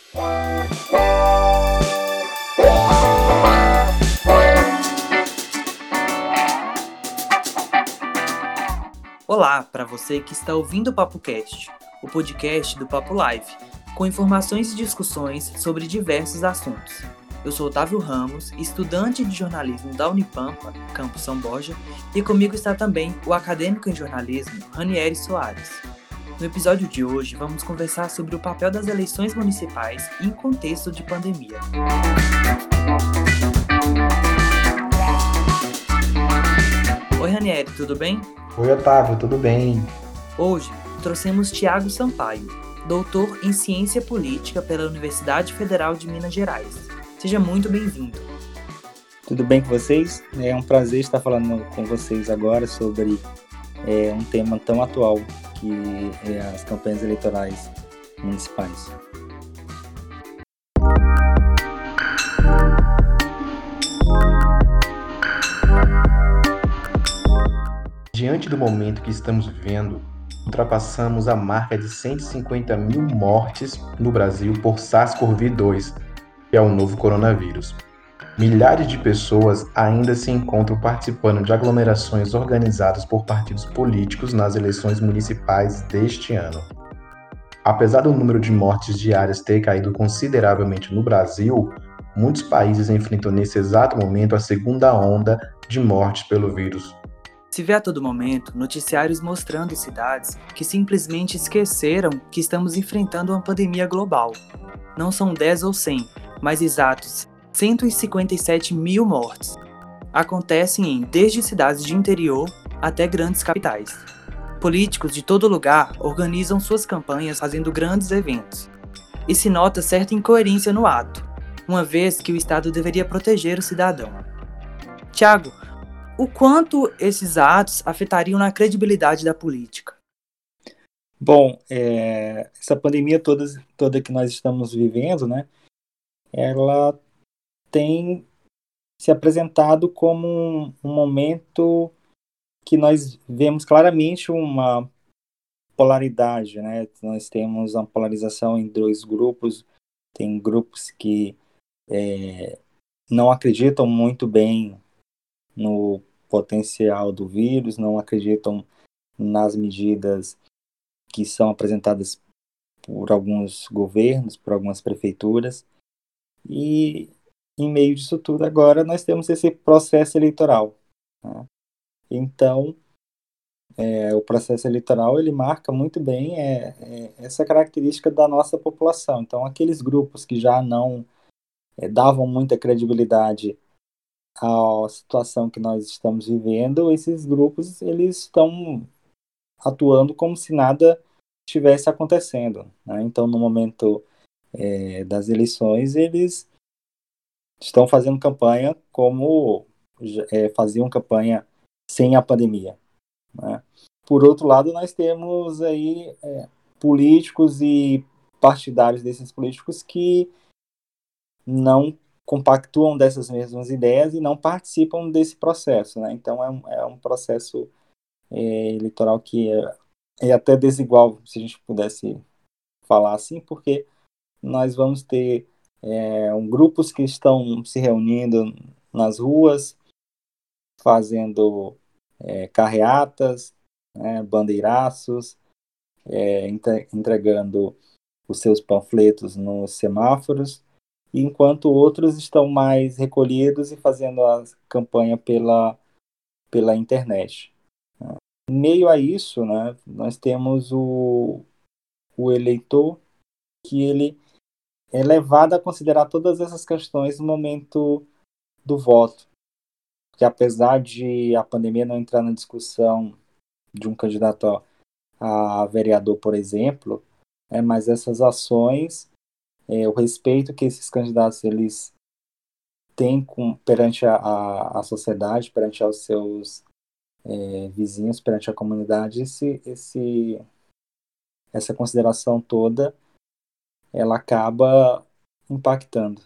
Olá para você que está ouvindo o PapoCast, o podcast do Papo Live, com informações e discussões sobre diversos assuntos. Eu sou Otávio Ramos, estudante de jornalismo da Unipampa, Campus São Borja, e comigo está também o acadêmico em jornalismo, Ranieri Soares. No episódio de hoje, vamos conversar sobre o papel das eleições municipais em contexto de pandemia. Oi, Ranieri, tudo bem? Oi, Otávio, tudo bem? Hoje, trouxemos Thiago Sampaio, doutor em Ciência Política pela Universidade Federal de Minas Gerais. Seja muito bem-vindo. Tudo bem com vocês? É um prazer estar falando com vocês agora sobre um tema tão atual que é as campanhas eleitorais municipais. Diante do momento que estamos vivendo, ultrapassamos a marca de 150 mil mortes no Brasil por SARS-CoV-2, que é o novo coronavírus. Milhares de pessoas ainda se encontram participando de aglomerações organizadas por partidos políticos nas eleições municipais deste ano. Apesar do número de mortes diárias ter caído consideravelmente no Brasil, muitos países enfrentam nesse exato momento a segunda onda de mortes pelo vírus. Se vê a todo momento noticiários mostrando cidades que simplesmente esqueceram que estamos enfrentando uma pandemia global. Não são 10 ou 100, mas exatos 157 mil mortes. Acontecem desde cidades de interior até grandes capitais. Políticos de todo lugar organizam suas campanhas fazendo grandes eventos. E se nota certa incoerência no ato, uma vez que o Estado deveria proteger o cidadão. Thiago, o quanto esses atos afetariam na credibilidade da política? Bom, essa pandemia toda que nós estamos vivendo, né, ela tem se apresentado como um momento que nós vemos claramente uma polaridade, né? Nós temos uma polarização em dois grupos. Tem grupos que não acreditam muito bem no potencial do vírus, não acreditam nas medidas que são apresentadas por alguns governos, por algumas prefeituras. E em meio disso tudo agora nós temos esse processo eleitoral, né? Então, o processo eleitoral ele marca muito bem essa característica da nossa população. Então, aqueles grupos que já não davam muita credibilidade à situação que nós estamos vivendo, esses grupos eles estão atuando como se nada estivesse acontecendo, né? Então, no momento das eleições, eles estão fazendo campanha como faziam campanha sem a pandemia, né? Por outro lado, nós temos aí políticos e partidários desses políticos que não compactuam dessas mesmas ideias e não participam desse processo, né? Então é um processo eleitoral que é até desigual, se a gente pudesse falar assim, porque nós vamos ter grupos que estão se reunindo nas ruas, fazendo carreatas, bandeiraços, entregando os seus panfletos nos semáforos, enquanto outros estão mais recolhidos e fazendo a campanha pela internet. Em meio a isso, né, nós temos o eleitor que ele é levado a considerar todas essas questões no momento do voto. Porque apesar de a pandemia não entrar na discussão de um candidato a vereador, por exemplo, mas essas ações, o respeito que esses candidatos eles têm perante a sociedade, perante aos seus vizinhos, perante a comunidade, essa consideração toda, ela acaba impactando.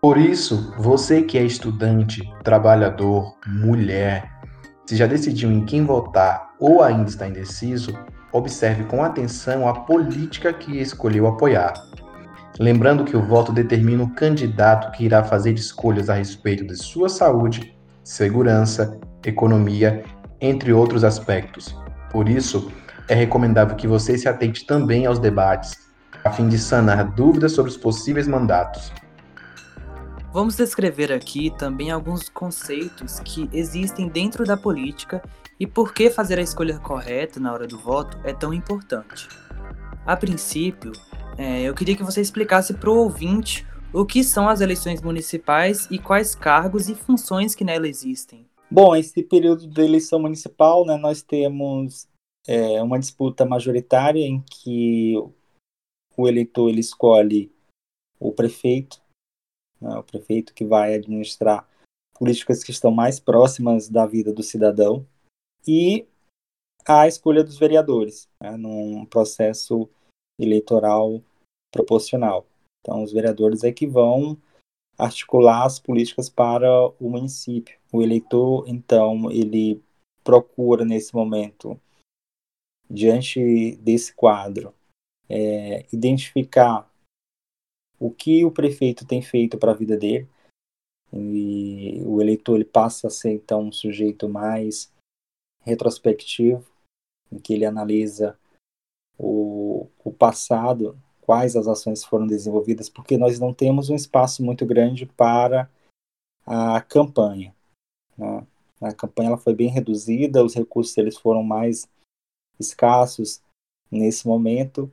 Por isso, você que é estudante, trabalhador, mulher, se já decidiu em quem votar ou ainda está indeciso, observe com atenção a política que escolheu apoiar. Lembrando que o voto determina o candidato que irá fazer escolhas a respeito de sua saúde, segurança, economia, entre outros aspectos. Por isso, é recomendável que você se atente também aos debates, a fim de sanar dúvidas sobre os possíveis mandatos. Vamos descrever aqui também alguns conceitos que existem dentro da política e por que fazer a escolha correta na hora do voto é tão importante. A princípio, eu queria que você explicasse para o ouvinte o que são as eleições municipais e quais cargos e funções que nela existem. Bom, esse período da eleição municipal, né, nós temos uma disputa majoritária em que o eleitor ele escolhe o prefeito, né, o prefeito que vai administrar políticas que estão mais próximas da vida do cidadão, e a escolha dos vereadores, né, num processo eleitoral proporcional. Então, os vereadores é que vão articular as políticas para o município. O eleitor, então, ele procura, nesse momento, diante desse quadro, identificar o que o prefeito tem feito para a vida dele, e o eleitor ele passa a ser, então, um sujeito mais retrospectivo, em que ele analisa o passado, quais as ações foram desenvolvidas, porque nós não temos um espaço muito grande para a campanha, né? A campanha ela foi bem reduzida, os recursos eles foram mais escassos nesse momento,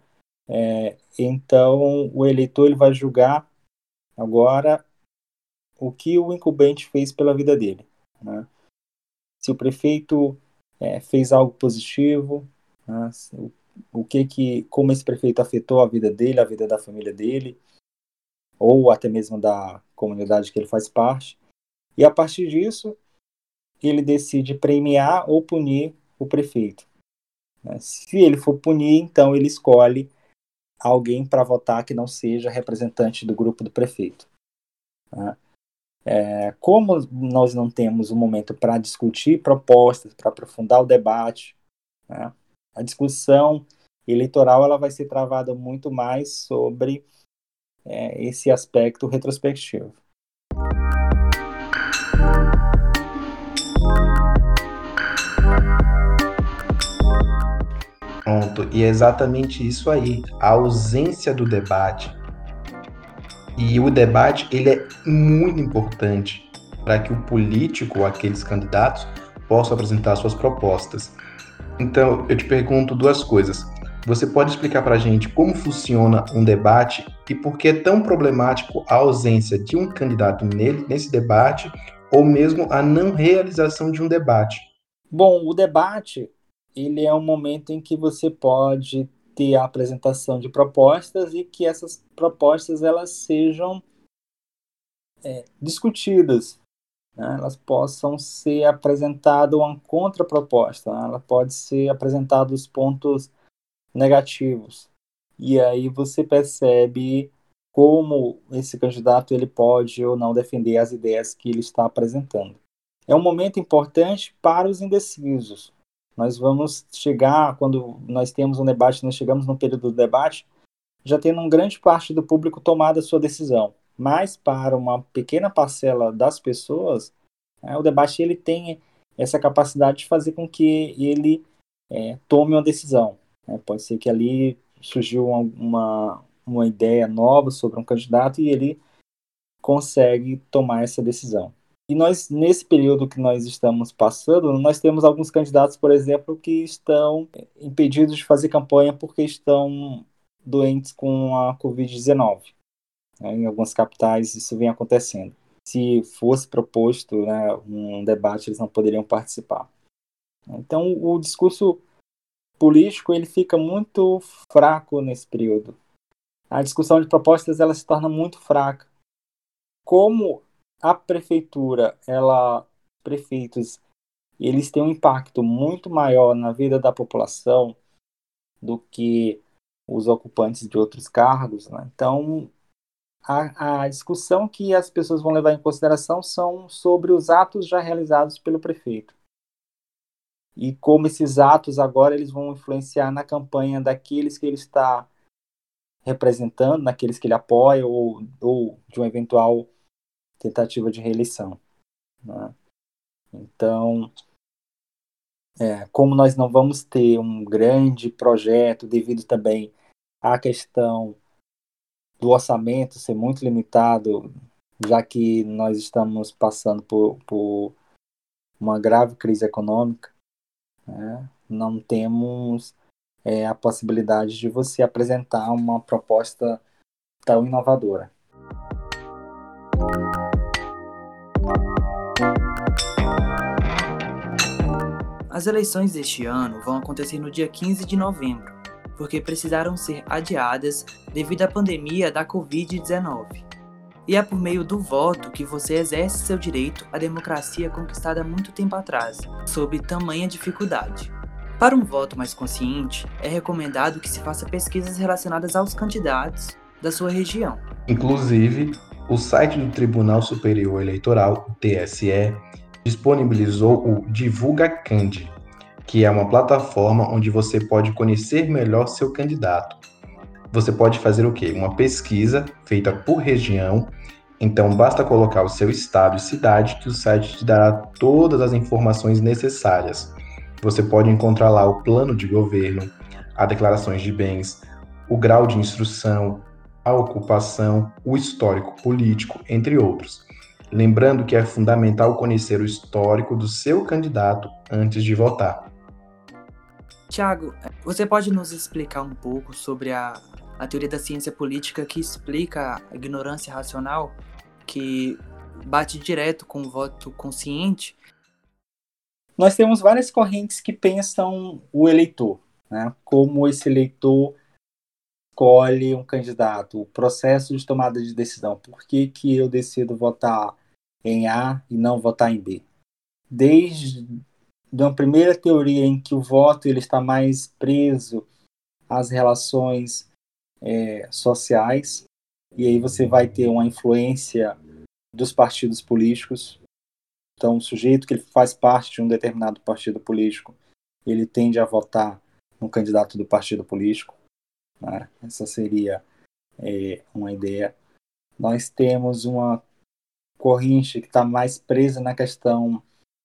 então o eleitor ele vai julgar agora o que o incumbente fez pela vida dele, né? Se o prefeito fez algo positivo, né? Como esse prefeito afetou a vida dele, a vida da família dele, ou até mesmo da comunidade que ele faz parte. E a partir disso, ele decide premiar ou punir o prefeito, né? Se ele for punir, então ele escolhe alguém para votar que não seja representante do grupo do prefeito, né? Como nós não temos um momento para discutir propostas, para aprofundar o debate, né? A discussão eleitoral ela vai ser travada muito mais sobre esse aspecto retrospectivo. Pronto, e é exatamente isso aí, a ausência do debate. E o debate, ele é muito importante para que o político, aqueles candidatos, possam apresentar suas propostas. Então, eu te pergunto duas coisas. Você pode explicar para a gente como funciona um debate e por que é tão problemático a ausência de um candidato nesse debate ou mesmo a não realização de um debate? Bom, o debate ele é um momento em que você pode ter a apresentação de propostas e que essas propostas elas sejam discutidas, né? Elas possam ser apresentadas uma contraproposta, né? Ela pode ser apresentado os pontos negativos. E aí você percebe como esse candidato ele pode ou não defender as ideias que ele está apresentando. É um momento importante para os indecisos. Nós vamos chegar, quando nós temos um debate, nós chegamos no período do debate, já tendo uma grande parte do público tomado a sua decisão. Mas para uma pequena parcela das pessoas, o debate ele tem essa capacidade de fazer com que ele tome uma decisão. Pode ser que ali surgiu uma ideia nova sobre um candidato e ele consegue tomar essa decisão. E nós, nesse período que nós estamos passando, nós temos alguns candidatos, por exemplo, que estão impedidos de fazer campanha porque estão doentes com a Covid-19. Em algumas capitais isso vem acontecendo. Se fosse proposto, né, um debate, eles não poderiam participar. Então, o discurso político ele fica muito fraco nesse período. A discussão de propostas ela se torna muito fraca. Como a prefeitura, prefeitos, eles têm um impacto muito maior na vida da população do que os ocupantes de outros cargos, né? Então, a discussão que as pessoas vão levar em consideração são sobre os atos já realizados pelo prefeito. E como esses atos agora eles vão influenciar na campanha daqueles que ele está representando, naqueles que ele apoia ou de uma eventual tentativa de reeleição, né? Então, como nós não vamos ter um grande projeto devido também à questão do orçamento ser muito limitado, já que nós estamos passando por uma grave crise econômica, né? Não temos a possibilidade de você apresentar uma proposta tão inovadora. As eleições deste ano vão acontecer no dia 15 de novembro, porque precisaram ser adiadas devido à pandemia da Covid-19. E é por meio do voto que você exerce seu direito à democracia conquistada há muito tempo atrás, sob tamanha dificuldade. Para um voto mais consciente, é recomendado que se faça pesquisas relacionadas aos candidatos da sua região. Inclusive, o site do Tribunal Superior Eleitoral, o TSE, disponibilizou o Divulga Candi, que é uma plataforma onde você pode conhecer melhor seu candidato. Você pode fazer o quê? Uma pesquisa feita por região. Então, basta colocar o seu estado e cidade que o site te dará todas as informações necessárias. Você pode encontrar lá o plano de governo, as declarações de bens, o grau de instrução, a ocupação, o histórico político, entre outros. Lembrando que é fundamental conhecer o histórico do seu candidato antes de votar. Tiago, você pode nos explicar um pouco sobre a teoria da ciência política que explica a ignorância racional, que bate direto com o voto consciente? Nós temos várias correntes que pensam o eleitor, né? Como esse eleitor escolhe um candidato, o processo de tomada de decisão. Por que eu decido votar em A e não votar em B? Desde uma primeira teoria em que o voto ele está mais preso às relações sociais, e aí você vai ter uma influência dos partidos políticos. Então, o sujeito que ele faz parte de um determinado partido político, ele tende a votar no candidato do partido político, né? Essa seria uma ideia. Nós temos uma corrente que está mais presa na questão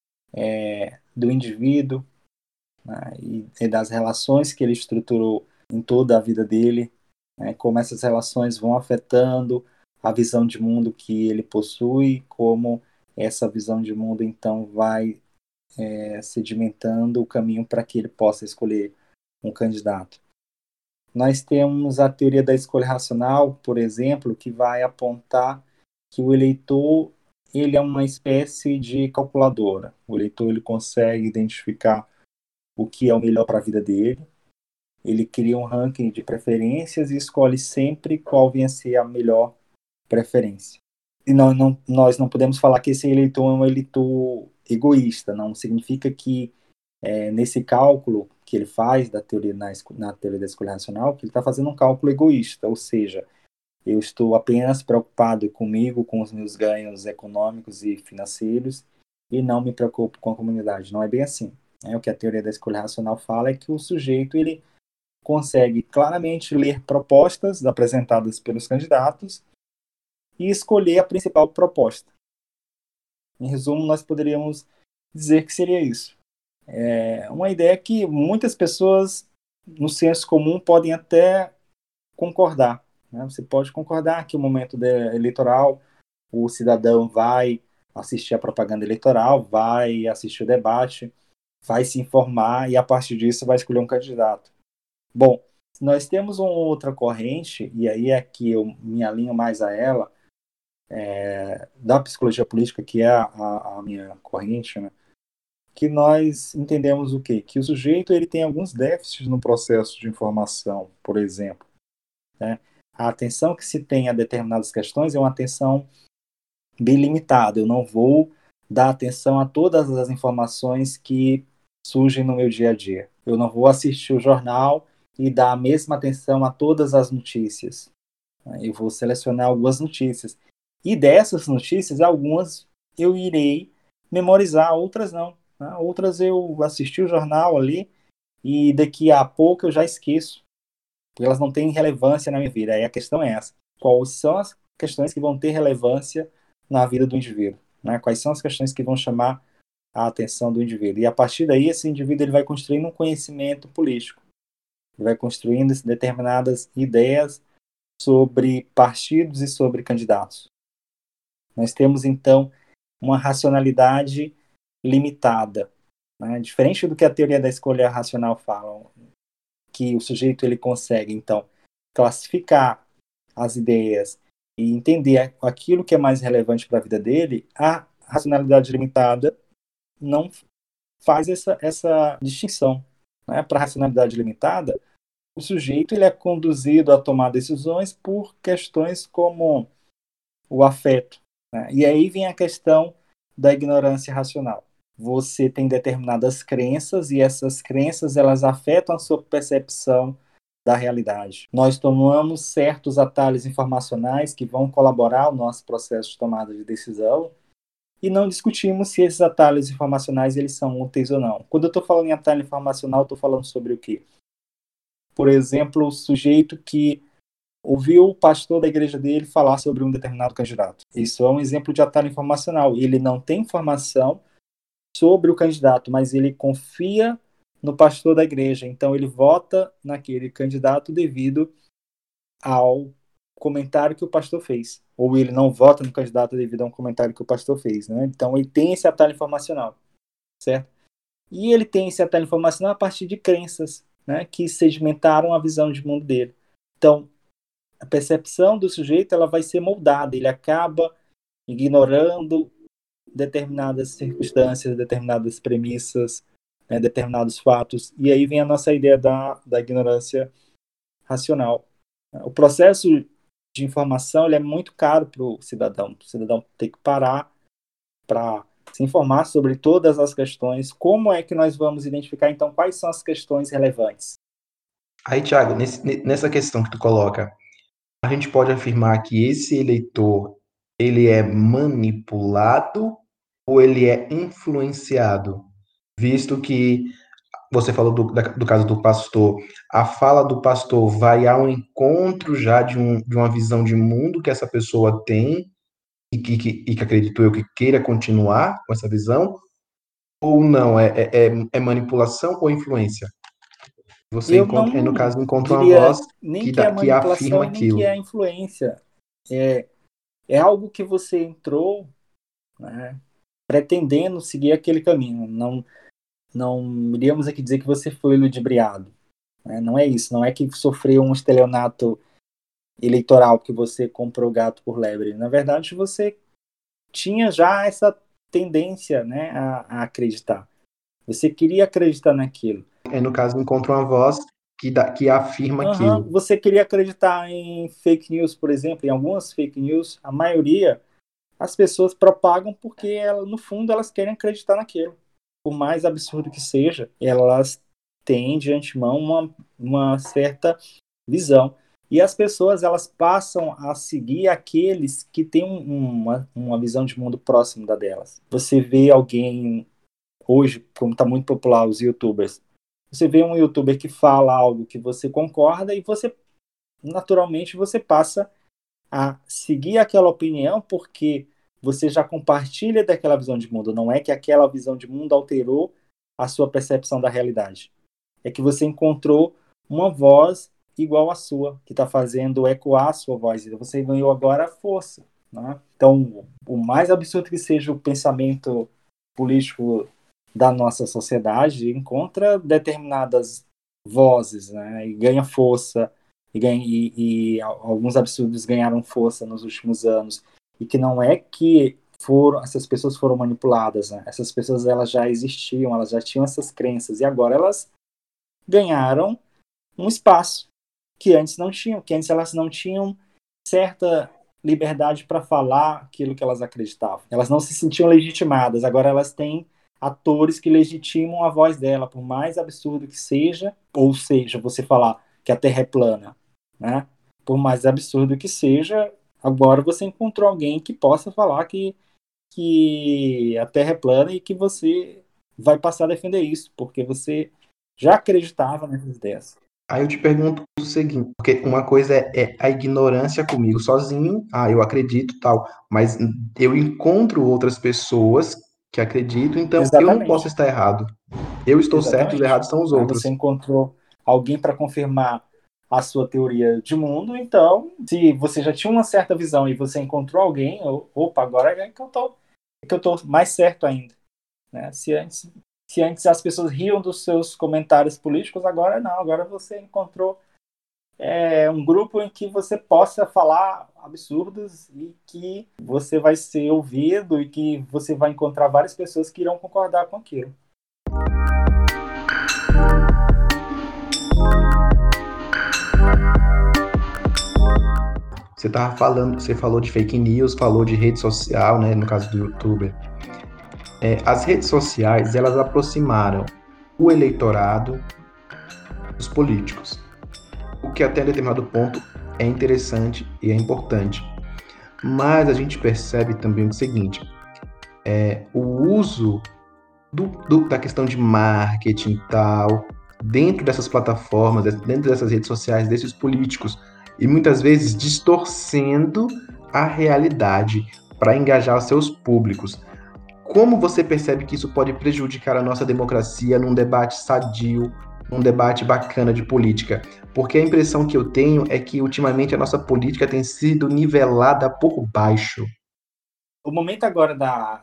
do indivíduo, né? E das relações que ele estruturou em toda a vida dele, né? Como essas relações vão afetando a visão de mundo que ele possui, como essa visão de mundo então vai sedimentando o caminho para que ele possa escolher um candidato. Nós temos a teoria da escolha racional, por exemplo, que vai apontar que o eleitor ele é uma espécie de calculadora. O eleitor ele consegue identificar o que é o melhor para a vida dele. Ele cria um ranking de preferências e escolhe sempre qual venha a ser a melhor preferência. E nós não podemos falar que esse eleitor é um eleitor egoísta. Não significa que nesse cálculo que ele faz na teoria da escolha racional, que ele está fazendo um cálculo egoísta, ou seja, eu estou apenas preocupado comigo, com os meus ganhos econômicos e financeiros, e não me preocupo com a comunidade. Não é bem assim. O que a teoria da escolha racional fala é que o sujeito ele consegue claramente ler propostas apresentadas pelos candidatos e escolher a principal proposta. Em resumo, nós poderíamos dizer que seria isso. Uma ideia que muitas pessoas, no senso comum, podem até concordar, né? Você pode concordar que no momento eleitoral o cidadão vai assistir a propaganda eleitoral, vai assistir o debate, vai se informar e a partir disso vai escolher um candidato. Bom, nós temos uma outra corrente, e aí é que eu me alinho mais a ela, da psicologia política, que é a minha corrente, né? Que nós entendemos o quê? Que o sujeito ele tem alguns déficits no processo de informação, por exemplo, né? A atenção que se tem a determinadas questões é uma atenção bem limitada. Eu não vou dar atenção a todas as informações que surgem no meu dia a dia. Eu não vou assistir o jornal e dar a mesma atenção a todas as notícias. Eu vou selecionar algumas notícias. E dessas notícias, algumas eu irei memorizar, outras não. Né? Outras eu assisti o jornal ali e daqui a pouco eu já esqueço, porque elas não têm relevância na minha vida. Aí a questão é essa: quais são as questões que vão ter relevância na vida do indivíduo? Né? Quais são as questões que vão chamar a atenção do indivíduo? E a partir daí, esse indivíduo ele vai construindo um conhecimento político, ele vai construindo determinadas ideias sobre partidos e sobre candidatos. Nós temos, então, uma racionalidade limitada, né? Diferente do que a teoria da escolha racional fala, que o sujeito ele consegue, então, classificar as ideias e entender aquilo que é mais relevante para a vida dele. A racionalidade limitada não faz essa distinção. Né? Para a racionalidade limitada, o sujeito ele é conduzido a tomar decisões por questões como o afeto. Né? E aí vem a questão da ignorância racional. Você tem determinadas crenças e essas crenças elas afetam a sua percepção da realidade. Nós tomamos certos atalhos informacionais que vão colaborar no nosso processo de tomada de decisão e não discutimos se esses atalhos informacionais eles são úteis ou não. Quando eu estou falando em atalho informacional, estou falando sobre o quê? Por exemplo, o sujeito que ouviu o pastor da igreja dele falar sobre um determinado candidato. Isso é um exemplo de atalho informacional. Ele não tem informação sobre o candidato, mas ele confia no pastor da igreja. Então ele vota naquele candidato devido ao comentário que o pastor fez. Ou ele não vota no candidato devido a um comentário que o pastor fez. Né? Então ele tem esse atalho informacional, certo? E ele tem esse atalho informacional a partir de crenças, né, que sedimentaram a visão de mundo dele. Então, a percepção do sujeito ela vai ser moldada, ele acaba ignorando determinadas circunstâncias, determinadas premissas, né, determinados fatos, e aí vem a nossa ideia da ignorância racional. O processo de informação ele é muito caro para o cidadão tem que parar para se informar sobre todas as questões. Como é que nós vamos identificar, então, quais são as questões relevantes? Aí, Thiago, nessa questão que tu coloca, a gente pode afirmar que esse eleitor, ele é manipulado ou ele é influenciado? Visto que você falou do caso do pastor, a fala do pastor vai ao encontro já de uma visão de mundo que essa pessoa tem e que acredito eu que queira continuar com essa visão, ou não? É manipulação ou influência? Você Eu encontra, no não caso, encontra uma voz diria nem que é que manipulação afirma e nem que aquilo. é influência. É algo que você entrou, né, pretendendo seguir aquele caminho. Não iríamos aqui dizer que você foi ludibriado. Né? Não é isso. Não é que sofreu um estelionato eleitoral que você comprou gato por lebre. Na verdade, você tinha já essa tendência, né, a acreditar. Você queria acreditar naquilo. No caso, encontra uma voz que afirma aquilo. Você queria acreditar em fake news, por exemplo, em algumas fake news, a maioria as pessoas propagam porque no fundo elas querem acreditar naquilo. Por mais absurdo que seja, elas têm de antemão uma certa visão. E as pessoas elas passam a seguir aqueles que têm uma visão de mundo próximo da delas. Você vê alguém hoje, como está muito popular os YouTubers, você vê um YouTuber que fala algo que você concorda e você naturalmente você passa a seguir aquela opinião porque você já compartilha daquela visão de mundo. Não é que aquela visão de mundo alterou a sua percepção da realidade. É que você encontrou uma voz igual à sua, que está fazendo ecoar a sua voz. E você ganhou agora a força. Né? Então, o mais absurdo que seja o pensamento político da nossa sociedade, encontra determinadas vozes, né? E ganha força, e alguns absurdos ganharam força nos últimos anos. E que não é que essas pessoas foram manipuladas, né? Essas pessoas elas já existiam, elas já tinham essas crenças, e agora elas ganharam um espaço que antes não tinham, que antes elas não tinham certa liberdade para falar aquilo que elas acreditavam. Elas não se sentiam legitimadas, agora elas têm atores que legitimam a voz dela, por mais absurdo que seja, ou seja, você falar que a Terra é plana, né? por mais absurdo que seja, agora você encontrou alguém que possa falar que a Terra é plana e que você vai passar a defender isso, porque você já acreditava nessas ideias. Aí eu te pergunto o seguinte, porque uma coisa é a ignorância comigo sozinho, eu acredito tal, mas eu encontro outras pessoas que acreditam, então eu não posso Exatamente, estar errado. Eu estou certo, os exatamente. errados são os Aí outros. você encontrou alguém para confirmar a sua teoria de mundo, então, se você já tinha uma certa visão e você encontrou alguém, opa, agora é que eu tô mais certo ainda. Né? Se antes as pessoas riam dos seus comentários políticos, agora não, agora você encontrou um grupo em que você possa falar absurdos e que você vai ser ouvido e que você vai encontrar várias pessoas que irão concordar com aquilo. Você falou de fake news, falou de rede social, né, no caso do YouTuber. As redes sociais, elas aproximaram o eleitorado dos políticos, o que até determinado ponto é interessante e é importante. Mas a gente percebe também o seguinte, o uso da questão de marketing e tal, dentro dessas plataformas, dentro dessas redes sociais, desses políticos, e muitas vezes distorcendo a realidade para engajar os seus públicos. Como você percebe que isso pode prejudicar a nossa democracia num debate sadio, num debate bacana de política? Porque a impressão que eu tenho é que ultimamente a nossa política tem sido nivelada por baixo. O momento agora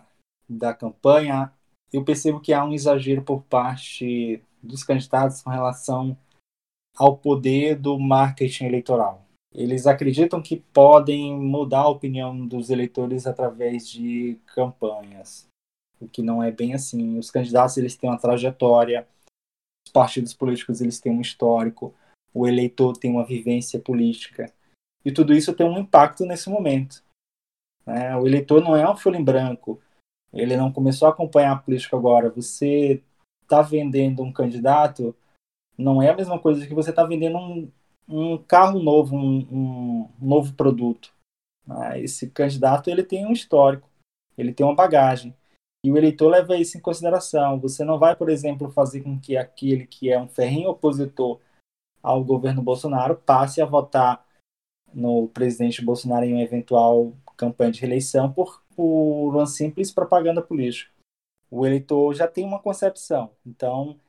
da campanha, eu percebo que há um exagero por parte dos candidatos com relação ao poder do marketing eleitoral. Eles acreditam que podem mudar a opinião dos eleitores através de campanhas, o que não é bem assim. Os candidatos eles têm uma trajetória, os partidos políticos eles têm um histórico, o eleitor tem uma vivência política, e tudo isso tem um impacto nesse momento. Né? O eleitor não é um folha em branco, ele não começou a acompanhar a política agora. Você está vendendo um candidato, não é a mesma coisa que você está vendendo um carro novo, um novo produto. Esse candidato ele tem um histórico, ele tem uma bagagem. E o eleitor leva isso em consideração. Você não vai, por exemplo, fazer com que aquele que é um ferrenho opositor ao governo Bolsonaro passe a votar no presidente Bolsonaro em uma eventual campanha de reeleição por uma simples propaganda política. O eleitor já tem uma concepção. Então,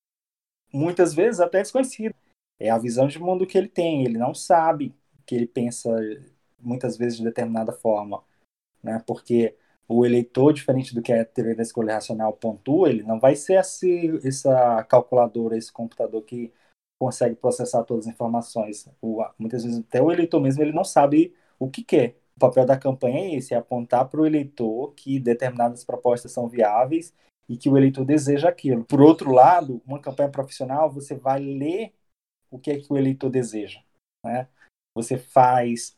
muitas vezes até desconhecido. É a visão de mundo que ele tem. Ele não sabe que ele pensa muitas vezes de determinada forma, né? Porque o eleitor, diferente do que a teoria da escolha racional pontua, ele não vai ser essa calculadora, esse computador que consegue processar todas as informações. Muitas vezes até o eleitor mesmo ele não sabe o que quer. O papel da campanha é esse, é apontar para o eleitor que determinadas propostas são viáveis e que o eleitor deseja aquilo. Por outro lado, uma campanha profissional, você vai ler o que é que o eleitor deseja, né? Você faz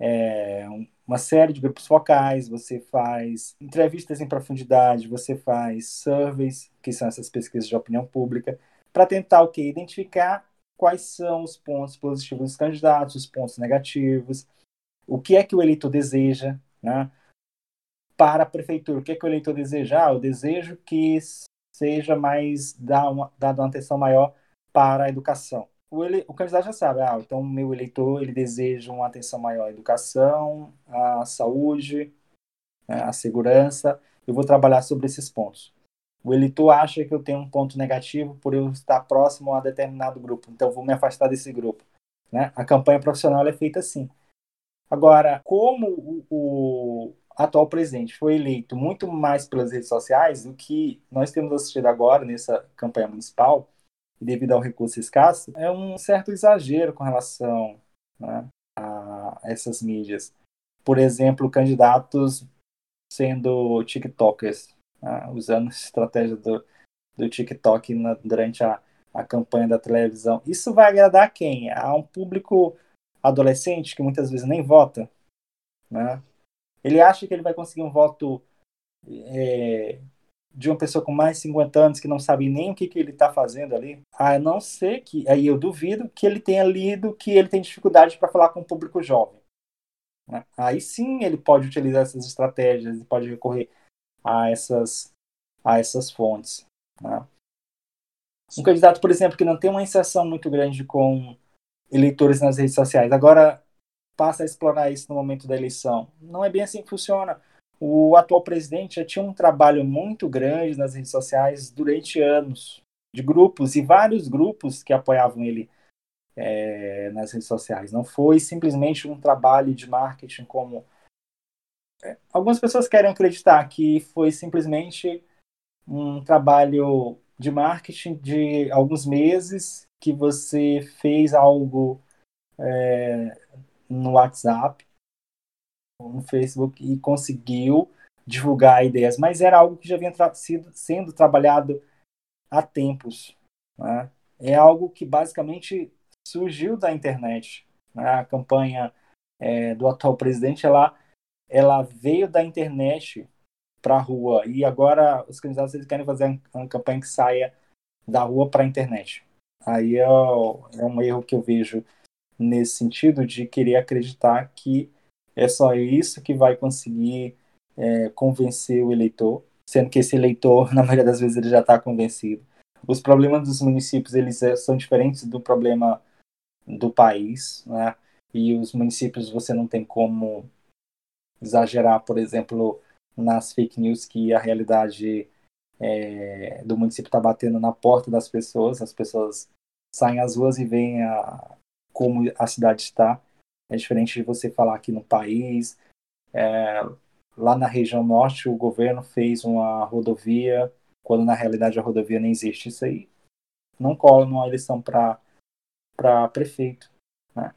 uma série de grupos focais, você faz entrevistas em profundidade, você faz surveys, que são essas pesquisas de opinião pública, para tentar o quê? Identificar quais são os pontos positivos dos candidatos, os pontos negativos, o que é que o eleitor deseja, né? Para a prefeitura, o que é que o eleitor deseja? Eu desejo que seja dada uma atenção maior para a educação. O candidato já sabe, então o meu eleitor ele deseja uma atenção maior à educação, à saúde, né, à segurança. Eu vou trabalhar sobre esses pontos. O eleitor acha que eu tenho um ponto negativo por eu estar próximo a determinado grupo, então eu vou me afastar desse grupo. Né? A campanha profissional é feita assim. Agora, como o atual presidente foi eleito muito mais pelas redes sociais do que nós temos assistido agora nessa campanha municipal, e devido ao recurso escasso, é um certo exagero com relação, né, a essas mídias. Por exemplo, candidatos sendo TikTokers, né, usando a estratégia do TikTok durante a campanha da televisão. Isso vai agradar quem? A um público adolescente que muitas vezes nem vota, né? Ele acha que ele vai conseguir um voto de uma pessoa com mais de 50 anos que não sabe nem o que ele está fazendo ali, a não ser que, aí eu duvido que ele tenha lido que ele tem dificuldade para falar com o público jovem. Né? Aí sim ele pode utilizar essas estratégias, ele pode recorrer a essas fontes. Né? Um candidato, por exemplo, que não tem uma inserção muito grande com eleitores nas redes sociais, agora passa a explorar isso no momento da eleição. Não é bem assim que funciona. O atual presidente já tinha um trabalho muito grande nas redes sociais durante anos, de grupos, e vários grupos que apoiavam ele nas redes sociais. Não foi simplesmente um trabalho de marketing como... Algumas pessoas querem acreditar que foi simplesmente um trabalho de marketing de alguns meses, que você fez algo no WhatsApp, no Facebook, e conseguiu divulgar ideias, mas era algo que já vinha sendo trabalhado há tempos. Né? É algo que basicamente surgiu da internet. Né? A campanha do atual presidente, ela veio da internet para a rua, e agora os candidatos eles querem fazer uma campanha que saia da rua para a internet. Aí é um erro que eu vejo nesse sentido de querer acreditar que é só isso que vai conseguir convencer o eleitor, sendo que esse eleitor, na maioria das vezes, ele já está convencido. Os problemas dos municípios eles são diferentes do problema do país, né? E os municípios você não tem como exagerar, por exemplo, nas fake news, que a realidade do município está batendo na porta das pessoas, as pessoas saem às ruas e veem como a cidade está. É diferente de você falar aqui no país. Lá na região norte, o governo fez uma rodovia, quando na realidade a rodovia nem existe. Isso aí não cola numa eleição para prefeito. Né?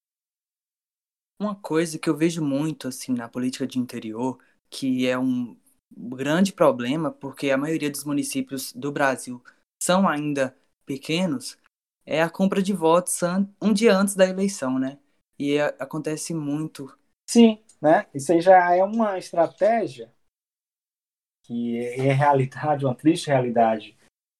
Uma coisa que eu vejo muito assim na política de interior, que é um grande problema, porque a maioria dos municípios do Brasil são ainda pequenos, é a compra de votos um dia antes da eleição, né? E acontece muito. Sim, né? Isso aí já é uma estratégia que é realidade, uma triste realidade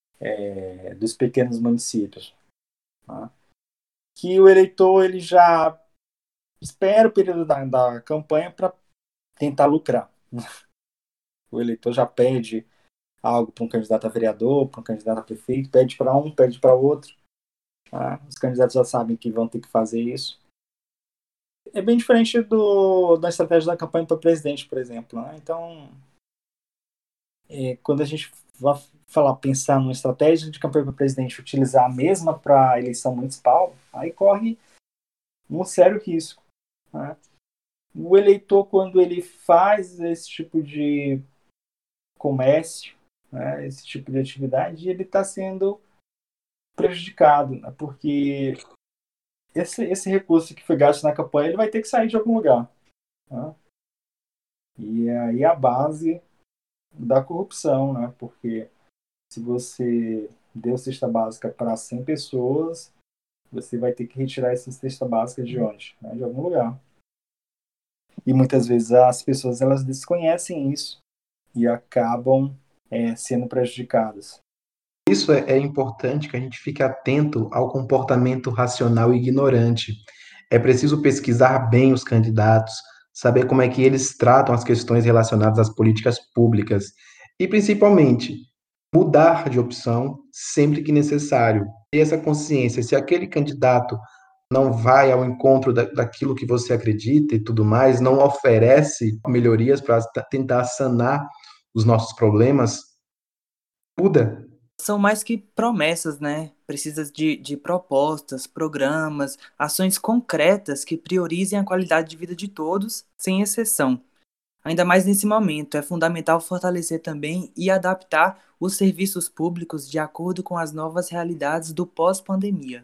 dos pequenos municípios. Tá? Que o eleitor ele já espera o período da campanha para tentar lucrar. O eleitor já pede algo para um candidato a vereador, para um candidato a prefeito, pede para um, pede para outro. Tá? Os candidatos já sabem que vão ter que fazer isso. É bem diferente da estratégia da campanha para presidente, por exemplo. Né? Então, quando a gente vai pensar numa estratégia de campanha para presidente, utilizar a mesma para a eleição municipal, aí corre um sério risco. Né? O eleitor, quando ele faz esse tipo de comércio, né, esse tipo de atividade, ele está sendo prejudicado, né, porque esse recurso que foi gasto na campanha ele vai ter que sair de algum lugar. Né? E aí a base da corrupção, né, porque se você deu cesta básica para 100 pessoas, você vai ter que retirar essa cesta básica de onde? Né, de algum lugar. E muitas vezes as pessoas elas desconhecem isso e acabam sendo prejudicadas. Isso é importante que a gente fique atento ao comportamento racional e ignorante. É preciso pesquisar bem os candidatos, saber como é que eles tratam as questões relacionadas às políticas públicas e, principalmente, mudar de opção sempre que necessário. Ter essa consciência, se aquele candidato não vai ao encontro daquilo que você acredita e tudo mais, não oferece melhorias para tentar sanar os nossos problemas, muda. São mais que promessas, né? Precisa de propostas, programas, ações concretas que priorizem a qualidade de vida de todos, sem exceção. Ainda mais nesse momento, é fundamental fortalecer também e adaptar os serviços públicos de acordo com as novas realidades do pós-pandemia.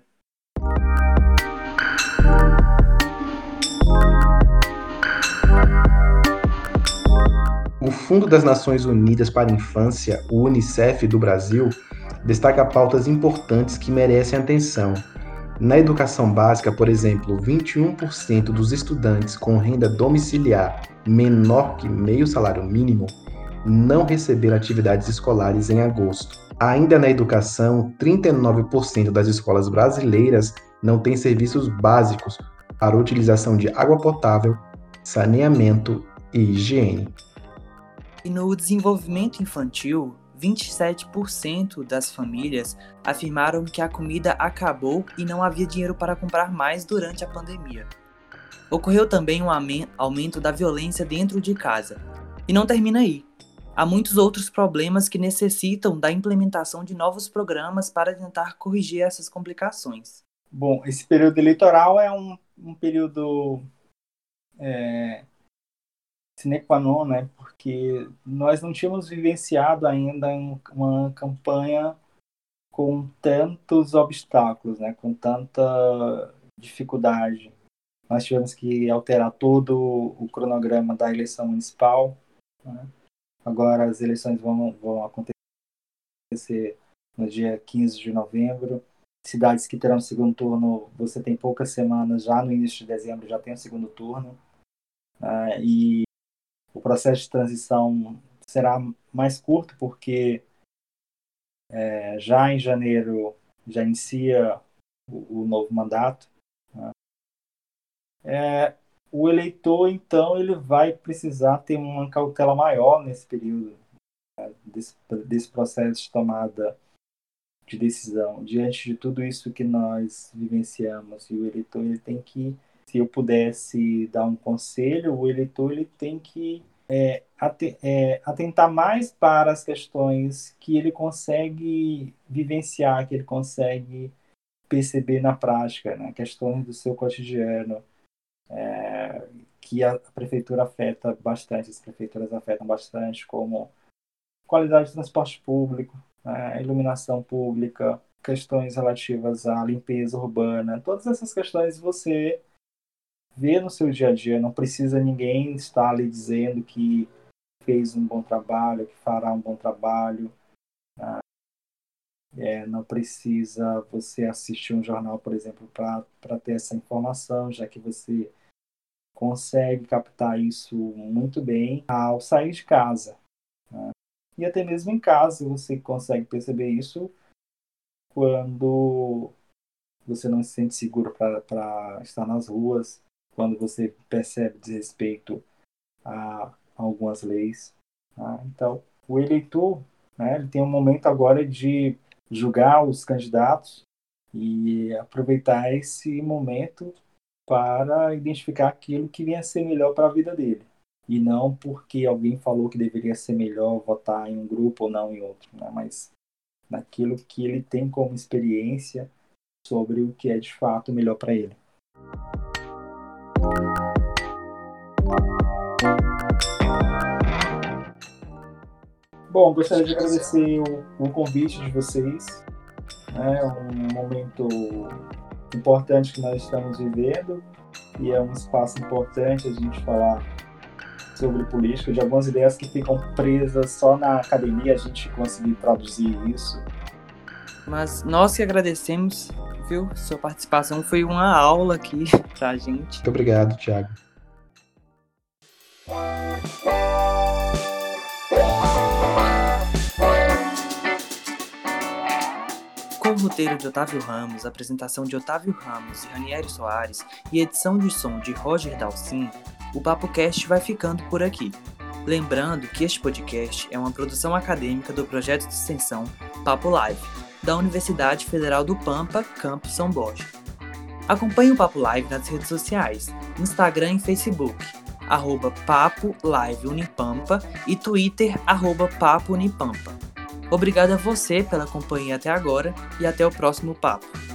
O Fundo das Nações Unidas para a Infância, o UNICEF do Brasil, destaca pautas importantes que merecem atenção. Na educação básica, por exemplo, 21% dos estudantes com renda domiciliar menor que meio salário mínimo não receber atividades escolares em agosto. Ainda na educação, 39% das escolas brasileiras não têm serviços básicos para a utilização de água potável, saneamento e higiene. E no desenvolvimento infantil, 27% das famílias afirmaram que a comida acabou e não havia dinheiro para comprar mais durante a pandemia. Ocorreu também um aumento da violência dentro de casa. E não termina aí. Há muitos outros problemas que necessitam da implementação de novos programas para tentar corrigir essas complicações. Bom, esse período eleitoral é um período sine qua non, né? Porque nós não tínhamos vivenciado ainda uma campanha com tantos obstáculos, né? Com tanta dificuldade. Nós tivemos que alterar todo o cronograma da eleição municipal, né? Agora as eleições vão acontecer no dia 15 de novembro. Cidades que terão segundo turno, você tem poucas semanas, já no início de dezembro já tem o segundo turno. E o processo de transição será mais curto, porque já em janeiro já inicia o novo mandato. O eleitor, então, ele vai precisar ter uma cautela maior nesse período, né, desse processo de tomada de decisão. Diante de tudo isso que nós vivenciamos, e o eleitor ele tem que, se eu pudesse dar um conselho, o eleitor ele tem que atentar mais para as questões que ele consegue vivenciar, que ele consegue perceber na prática, né? Questões do seu cotidiano, que a prefeitura afeta bastante, as prefeituras afetam bastante, como qualidade de transporte público, iluminação pública, questões relativas à limpeza urbana. Todas essas questões você vê no seu dia a dia, não precisa ninguém estar ali dizendo que fez um bom trabalho, que fará um bom trabalho. Não precisa você assistir um jornal, por exemplo, para ter essa informação, já que você consegue captar isso muito bem ao sair de casa, né? E até mesmo em casa você consegue perceber isso quando você não se sente seguro para estar nas ruas, quando você percebe desrespeito a algumas leis. Então, o eleitor, né, ele tem um momento agora de julgar os candidatos e aproveitar esse momento para identificar aquilo que vinha a ser melhor para a vida dele. E não porque alguém falou que deveria ser melhor votar em um grupo ou não em outro, né? Mas naquilo que ele tem como experiência sobre o que é de fato melhor para ele. Bom, gostaria de agradecer o convite de vocês. É um momento importante que nós estamos vivendo e é um espaço importante a gente falar sobre política, de algumas ideias que ficam presas só na academia, a gente conseguir traduzir isso. Mas nós que agradecemos, viu? Sua participação foi uma aula aqui pra gente. Muito obrigado, Thiago. Com o roteiro de Otávio Ramos, apresentação de Otávio Ramos e Ranieri Soares e edição de som de Roger Dalcin, o PapoCast vai ficando por aqui. Lembrando que este podcast é uma produção acadêmica do projeto de extensão Papo Live, da Universidade Federal do Pampa, Campus São Borja. Acompanhe o Papo Live nas redes sociais, Instagram e Facebook, @PapoLiveUnipampa e Twitter, @PapoUnipampa. Obrigado a você pela companhia até agora e até o próximo papo.